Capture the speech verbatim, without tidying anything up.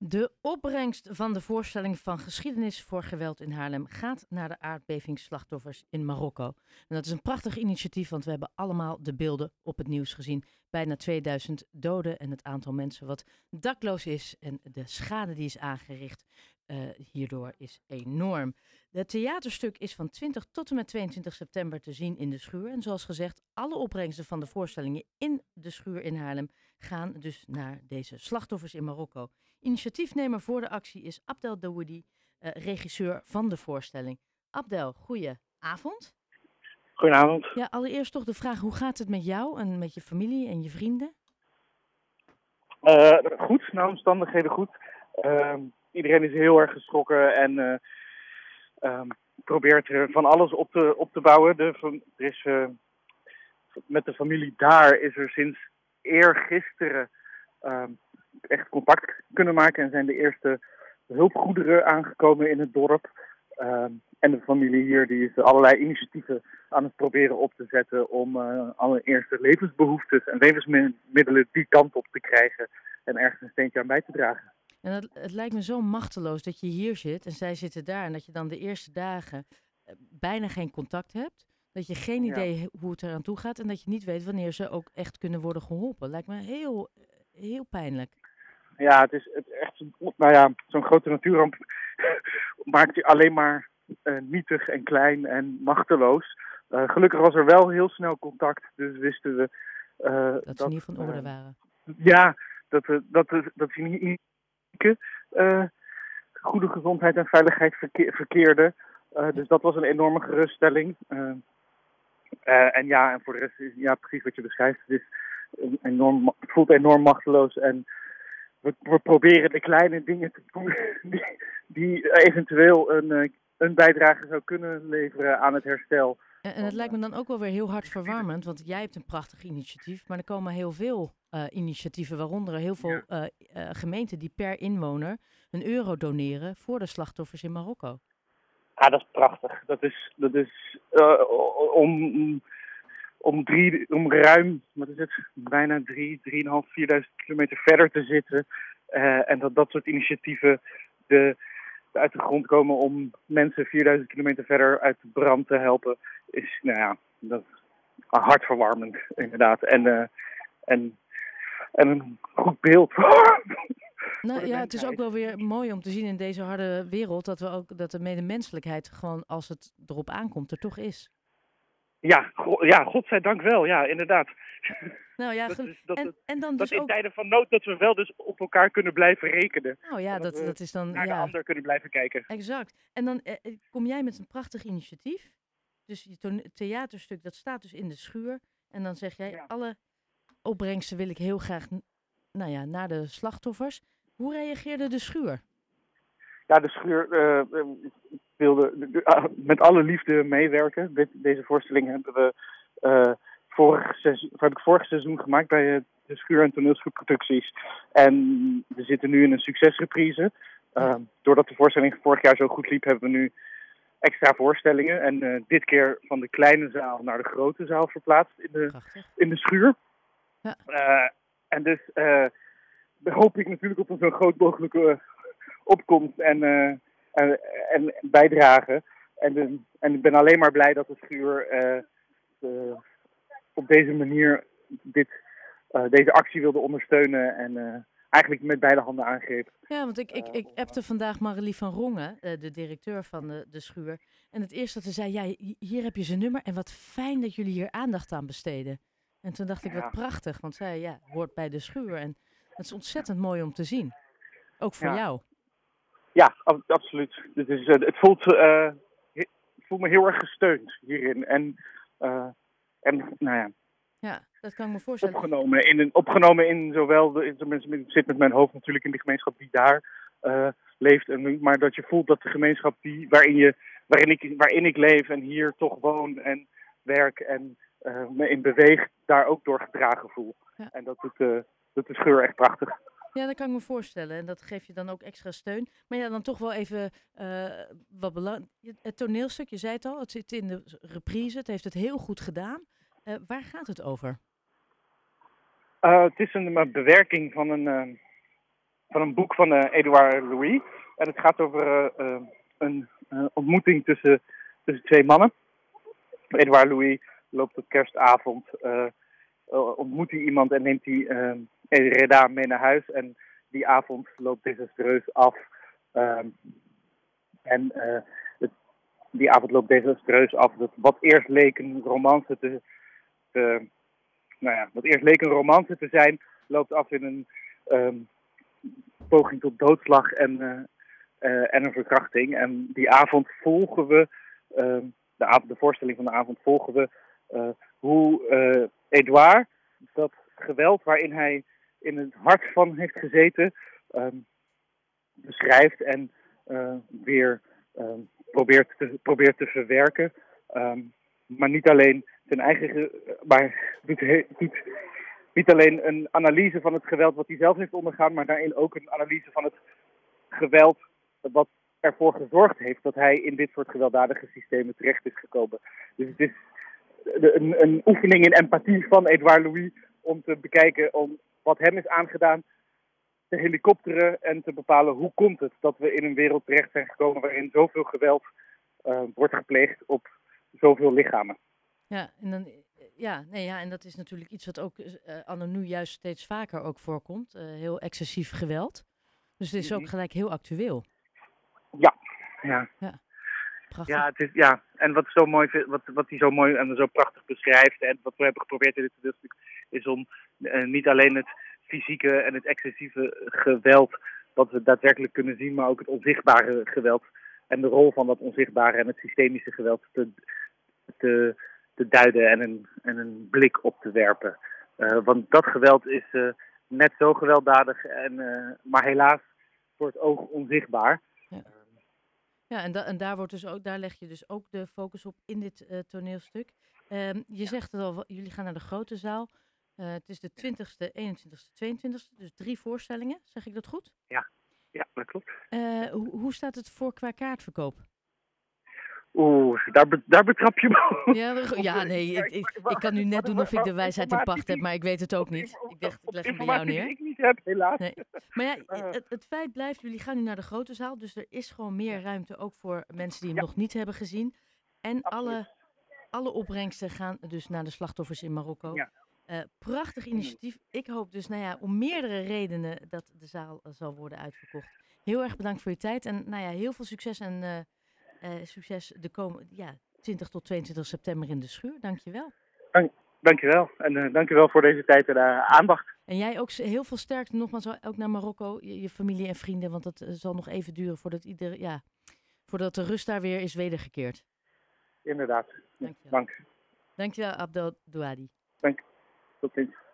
De opbrengst van de voorstelling van Geschiedenis voor geweld in Haarlem gaat naar de aardbevingsslachtoffers in Marokko. En dat is een prachtig initiatief, want we hebben allemaal de beelden op het nieuws gezien. Bijna tweeduizend doden en het aantal mensen wat dakloos is en de schade die is aangericht uh, hierdoor is enorm. Het theaterstuk is van twintig tot en met tweeëntwintig september te zien in de Schuur. En zoals gezegd, alle opbrengsten van de voorstellingen in de Schuur in Haarlem gaan dus naar deze slachtoffers in Marokko. Initiatiefnemer voor de actie is Abdel Dawoudi, uh, regisseur van de voorstelling. Abdel, goeie avond. Goedenavond. Ja, allereerst toch de vraag, hoe gaat het met jou en met je familie en je vrienden? Uh, goed, naar omstandigheden goed. Uh, iedereen is heel erg geschrokken en uh, uh, probeert er van alles op te, op te bouwen. De, er is, uh, met de familie daar is er sinds eergisteren uh, echt contact kunnen maken en zijn de eerste hulpgoederen aangekomen in het dorp. Uh, en de familie hier die is allerlei initiatieven aan het proberen op te zetten om uh, alle eerste levensbehoeftes en levensmiddelen die kant op te krijgen en ergens een steentje aan bij te dragen. En het, het lijkt me zo machteloos dat je hier zit en zij zitten daar en dat je dan de eerste dagen uh, bijna geen contact hebt. Dat je geen idee ja. hoe het eraan toe gaat en dat je niet weet wanneer ze ook echt kunnen worden geholpen. Lijkt me heel, heel pijnlijk. Ja, het is het echt, nou ja, zo'n grote natuurramp maakt je alleen maar uh, nietig en klein en machteloos. Uh, gelukkig was er wel heel snel contact, dus wisten we Uh, dat, dat ze niet van orde uh, waren. Ja, dat, uh, dat, uh, dat ze niet in uh, goede gezondheid en veiligheid verkeer, verkeerde. Uh, dus dat was een enorme geruststelling. Uh, uh, en ja, en voor de rest is ja, precies wat je beschrijft. Het, is enorm, het voelt enorm machteloos en we, we proberen de kleine dingen te doen die, die eventueel een, een bijdrage zou kunnen leveren aan het herstel. En, en het lijkt me dan ook wel weer heel hartverwarmend, want jij hebt een prachtig initiatief, maar er komen heel veel uh, initiatieven, waaronder heel veel uh, uh, gemeenten die per inwoner een euro doneren voor de slachtoffers in Marokko. Ja, dat is prachtig. Dat is, dat is uh, om, om, drie, om ruim, wat is het, bijna drie, drieënhalf, vierduizend kilometer verder te zitten. Uh, en dat dat soort initiatieven de, de uit de grond komen om mensen vierduizend kilometer verder uit de brand te helpen, is, nou ja, dat is hartverwarmend, inderdaad. En, uh, en, en een goed beeld. Nou ja, het is ook wel weer mooi om te zien in deze harde wereld dat we ook dat de medemenselijkheid gewoon als het erop aankomt er toch is. Ja, go- ja, godzijdank wel, ja, inderdaad. Nou ja, dat ge- is, dat, en, en dan dus dat in ook... tijden van nood dat we wel dus op elkaar kunnen blijven rekenen. Nou ja, dat, dat, dat is dan... naar ja, de ander kunnen blijven kijken. Exact. En dan eh, kom jij met een prachtig initiatief. Dus je to- theaterstuk, dat staat dus in de Schuur. En dan zeg jij, ja. alle opbrengsten wil ik heel graag n- nou ja, naar de slachtoffers. Hoe reageerde de Schuur? Ja, de Schuur uh, wilde uh, met alle liefde meewerken. Dit, deze voorstelling hebben we uh, vorig seizoen, heb ik vorig seizoen gemaakt bij uh, de Schuur en toneelschoolproducties. En we zitten nu in een succesreprise. Uh, ja. Doordat de voorstelling vorig jaar zo goed liep, hebben we nu extra voorstellingen. En uh, dit keer van de kleine zaal naar de grote zaal verplaatst in de, in de Schuur. Ja. Uh, en dus uh, hoop ik natuurlijk op een zo groot mogelijke uh, opkomst en, uh, en, en bijdrage. En, uh, en ik ben alleen maar blij dat de Schuur uh, uh, op deze manier dit, uh, deze actie wilde ondersteunen en uh, eigenlijk met beide handen aangreep. Ja, want ik, ik, ik appte vandaag Marilie van Rongen, uh, de directeur van de, de Schuur. En het eerste dat ze zei, ja, hier heb je zijn nummer en wat fijn dat jullie hier aandacht aan besteden. En toen dacht ik, wat ja. prachtig, want zij ja, hoort bij de Schuur. En het is ontzettend mooi om te zien. Ook voor ja. jou. Ja, ab- absoluut. Het, is, uh, het, voelt, uh, het voelt me heel erg gesteund hierin. En, uh, en nou ja. Ja, dat kan ik me voorstellen. Opgenomen in, een, opgenomen in zowel, de, ik zit met mijn hoofd natuurlijk in de gemeenschap die daar uh, leeft. En, maar dat je voelt dat de gemeenschap die, waarin, je, waarin, ik, waarin ik leef en hier toch woon en werk en uh, me in beweeg, daar ook door gedragen voel. Ja. En dat doet, uh, dat de Scheur echt prachtig. Ja, dat kan ik me voorstellen. En dat geeft je dan ook extra steun. Maar ja, dan toch wel even uh, wat belangrijk. Het toneelstuk, je zei het al, het zit in de reprise. Het heeft het heel goed gedaan. Uh, waar gaat het over? Uh, het is een uh, bewerking van een, uh, van een boek van uh, Edouard Louis. En het gaat over uh, uh, een uh, ontmoeting tussen, tussen twee mannen. Edouard Louis loopt op kerstavond, uh, uh, ontmoet hij iemand en neemt hij uh, Reda mee naar huis. En die avond loopt desastreus af. Uh, en uh, het, die avond loopt desastreus af. Dat wat eerst leek een romance te, te, nou ja, wat eerst leek een romance te zijn, loopt af in een um, poging tot doodslag en, uh, uh, en een verkrachting. En die avond volgen we, uh, de, avond, de voorstelling van de avond volgen we, uh, hoe uh, Edouard dat geweld waarin hij in het hart van heeft gezeten, um, beschrijft en uh, weer um, probeert, te, probeert te verwerken. Um, maar niet alleen zijn eigen, ge- maar doet, he, doet niet alleen een analyse van het geweld wat hij zelf heeft ondergaan, maar daarin ook een analyse van het geweld wat ervoor gezorgd heeft dat hij in dit soort gewelddadige systemen terecht is gekomen. Dus het is een, een oefening in empathie van Edouard Louis om te bekijken om wat hem is aangedaan, te helikopteren en te bepalen hoe komt het dat we in een wereld terecht zijn gekomen waarin zoveel geweld uh, wordt gepleegd op zoveel lichamen. Ja, en dan, ja, nee, ja, en dat is natuurlijk iets wat ook uh, anno nu juist steeds vaker ook voorkomt. Uh, heel excessief geweld. Dus het is ook gelijk heel actueel. Ja, ja. Ja, prachtig. Ja, het is, ja. En wat, zo mooi, wat, wat hij zo mooi en zo prachtig beschrijft en wat we hebben geprobeerd in dit toneelstuk is om uh, niet alleen het fysieke en het excessieve geweld wat we daadwerkelijk kunnen zien, maar ook het onzichtbare geweld en de rol van dat onzichtbare en het systemische geweld te, te, te duiden en een, en een blik op te werpen. Uh, want dat geweld is uh, net zo gewelddadig, en, uh, maar helaas voor het oog onzichtbaar. Ja, ja en, da- en daar, wordt dus ook, daar leg je dus ook de focus op in dit uh, toneelstuk. Um, je zegt het al, jullie gaan naar de grote zaal. Uh, het is de twintigste, eenentwintigste, tweeëntwintigste, dus drie voorstellingen. Zeg ik dat goed? Ja, ja, dat klopt. Uh, hoe, hoe staat het voor qua kaartverkoop? Oeh, daar, be- daar betrap je me. Ja, ja nee, ik, ik, ik kan nu net doen of ik de wijsheid in pacht heb, maar ik weet het ook niet. Ik dacht, ik leg hem bij jou neer. Die ik niet heb, helaas. Nee. Maar ja, het, het feit blijft, jullie gaan nu naar de grote zaal, dus er is gewoon meer ruimte ook voor mensen die hem ja. nog niet hebben gezien. En alle, alle opbrengsten gaan dus naar de slachtoffers in Marokko. Ja. Uh, prachtig initiatief. Ik hoop dus, nou ja, om meerdere redenen dat de zaal uh, zal worden uitverkocht. Heel erg bedankt voor je tijd en nou ja, heel veel succes en uh, uh, succes de komende, ja, twintig tot tweeëntwintig september in de schuur. Dankjewel. Dank, dankjewel. En uh, dankjewel voor deze tijd en uh, aandacht. En jij ook heel veel sterkte nogmaals ook naar Marokko, je, je familie en vrienden, want dat uh, zal nog even duren voordat ieder, ja, voordat de rust daar weer is wedergekeerd. Inderdaad. Dankjewel. Dank. Dankjewel, Abdel Douadi. Dank. Tot ziens.